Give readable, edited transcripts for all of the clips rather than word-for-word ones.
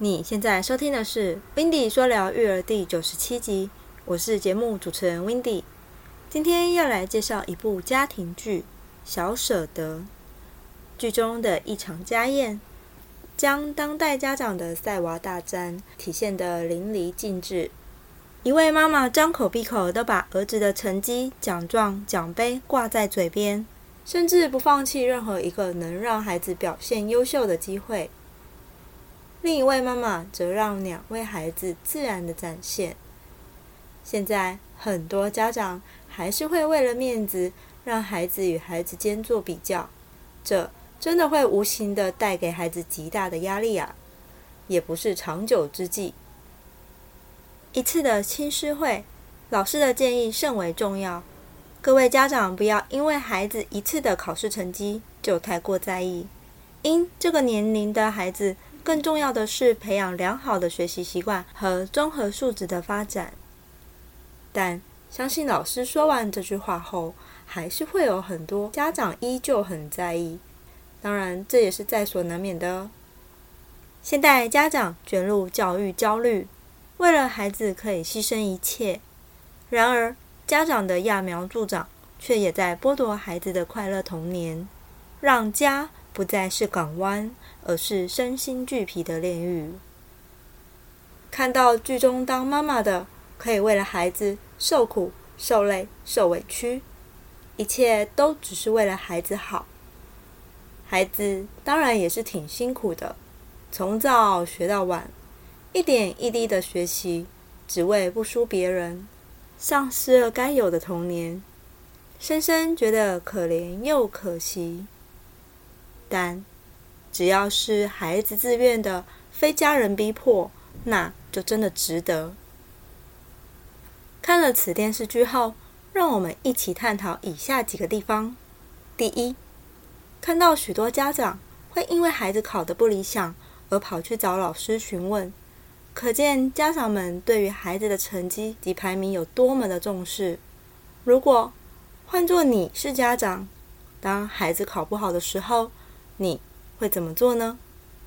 你现在收听的是 Windy 说聊育儿第97集，我是节目主持人 Windy。 今天要来介绍一部家庭剧《小舍得》。剧中的一场家宴将当代家长的赛娃大战体现得淋漓尽致。一位妈妈张口闭口都把儿子的成绩、奖状、奖杯挂在嘴边，甚至不放弃任何一个能让孩子表现优秀的机会。另一位妈妈则让2位孩子自然的展现。现在很多家长还是会为了面子让孩子与孩子间做比较，这真的会无形的带给孩子极大的压力啊，也不是长久之计。一次的亲师会，老师的建议甚为重要。各位家长不要因为孩子一次的考试成绩就太过在意，因这个年龄的孩子更重要的是培养良好的学习习惯和综合素质的发展。但相信老师说完这句话后，还是会有很多家长依旧很在意，当然这也是在所难免的哦。现代家长卷入教育焦虑，为了孩子可以牺牲一切，然而家长的揠苗助长却也在剥夺孩子的快乐童年，让家不再是港湾，而是身心俱疲的炼狱。看到剧中当妈妈的可以为了孩子受苦、受累、受委屈，一切都只是为了孩子好。孩子当然也是挺辛苦的，从早学到晚，一点一滴的学习，只为不输别人，丧失了该有的童年，深深觉得可怜又可惜。但只要是孩子自愿的，非家人逼迫，那就真的值得。看了此电视剧后，让我们一起探讨以下几个地方。第一，看到许多家长会因为孩子考得不理想而跑去找老师询问，可见家长们对于孩子的成绩及排名有多么的重视。如果换作你是家长，当孩子考不好的时候，你会怎么做呢？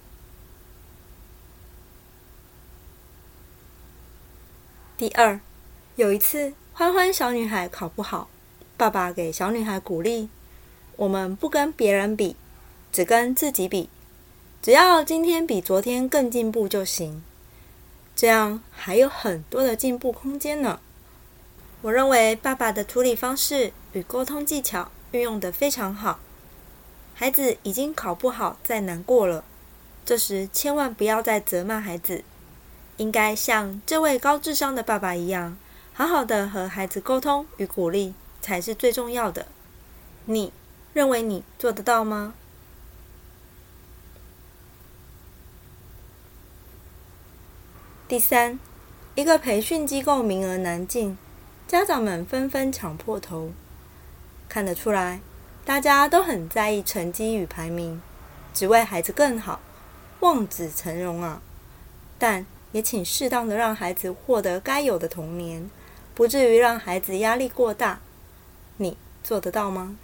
第二，有一次欢欢小女孩考不好，爸爸给小女孩鼓励，我们不跟别人比，只跟自己比，只要今天比昨天更进步就行，这样还有很多的进步空间呢。我认为爸爸的处理方式与沟通技巧运用得非常好。孩子已经考不好再难过了，这时千万不要再责骂孩子，应该像这位高智商的爸爸一样，好好的和孩子沟通与鼓励才是最重要的。你认为你做得到吗？第三，一个培训机构名额难进，家长们纷纷抢破头，看得出来大家都很在意成绩与排名，只为孩子更好，望子成龙啊！但也请适当的让孩子获得该有的童年，不至于让孩子压力过大。你做得到吗？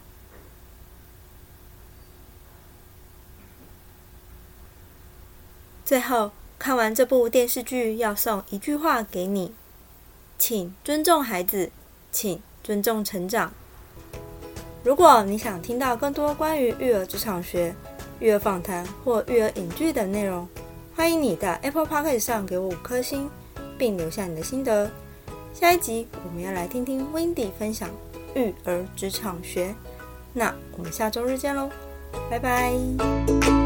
最后，看完这部电视剧要送一句话给你：请尊重孩子，请尊重成长。如果你想听到更多关于育儿职场学、育儿访谈或育儿影剧等内容，欢迎你到 Apple Podcast 上给我5颗星，并留下你的心得。下一集我们要来听听 Windy 分享育儿职场学，那我们下周日见咯，拜拜。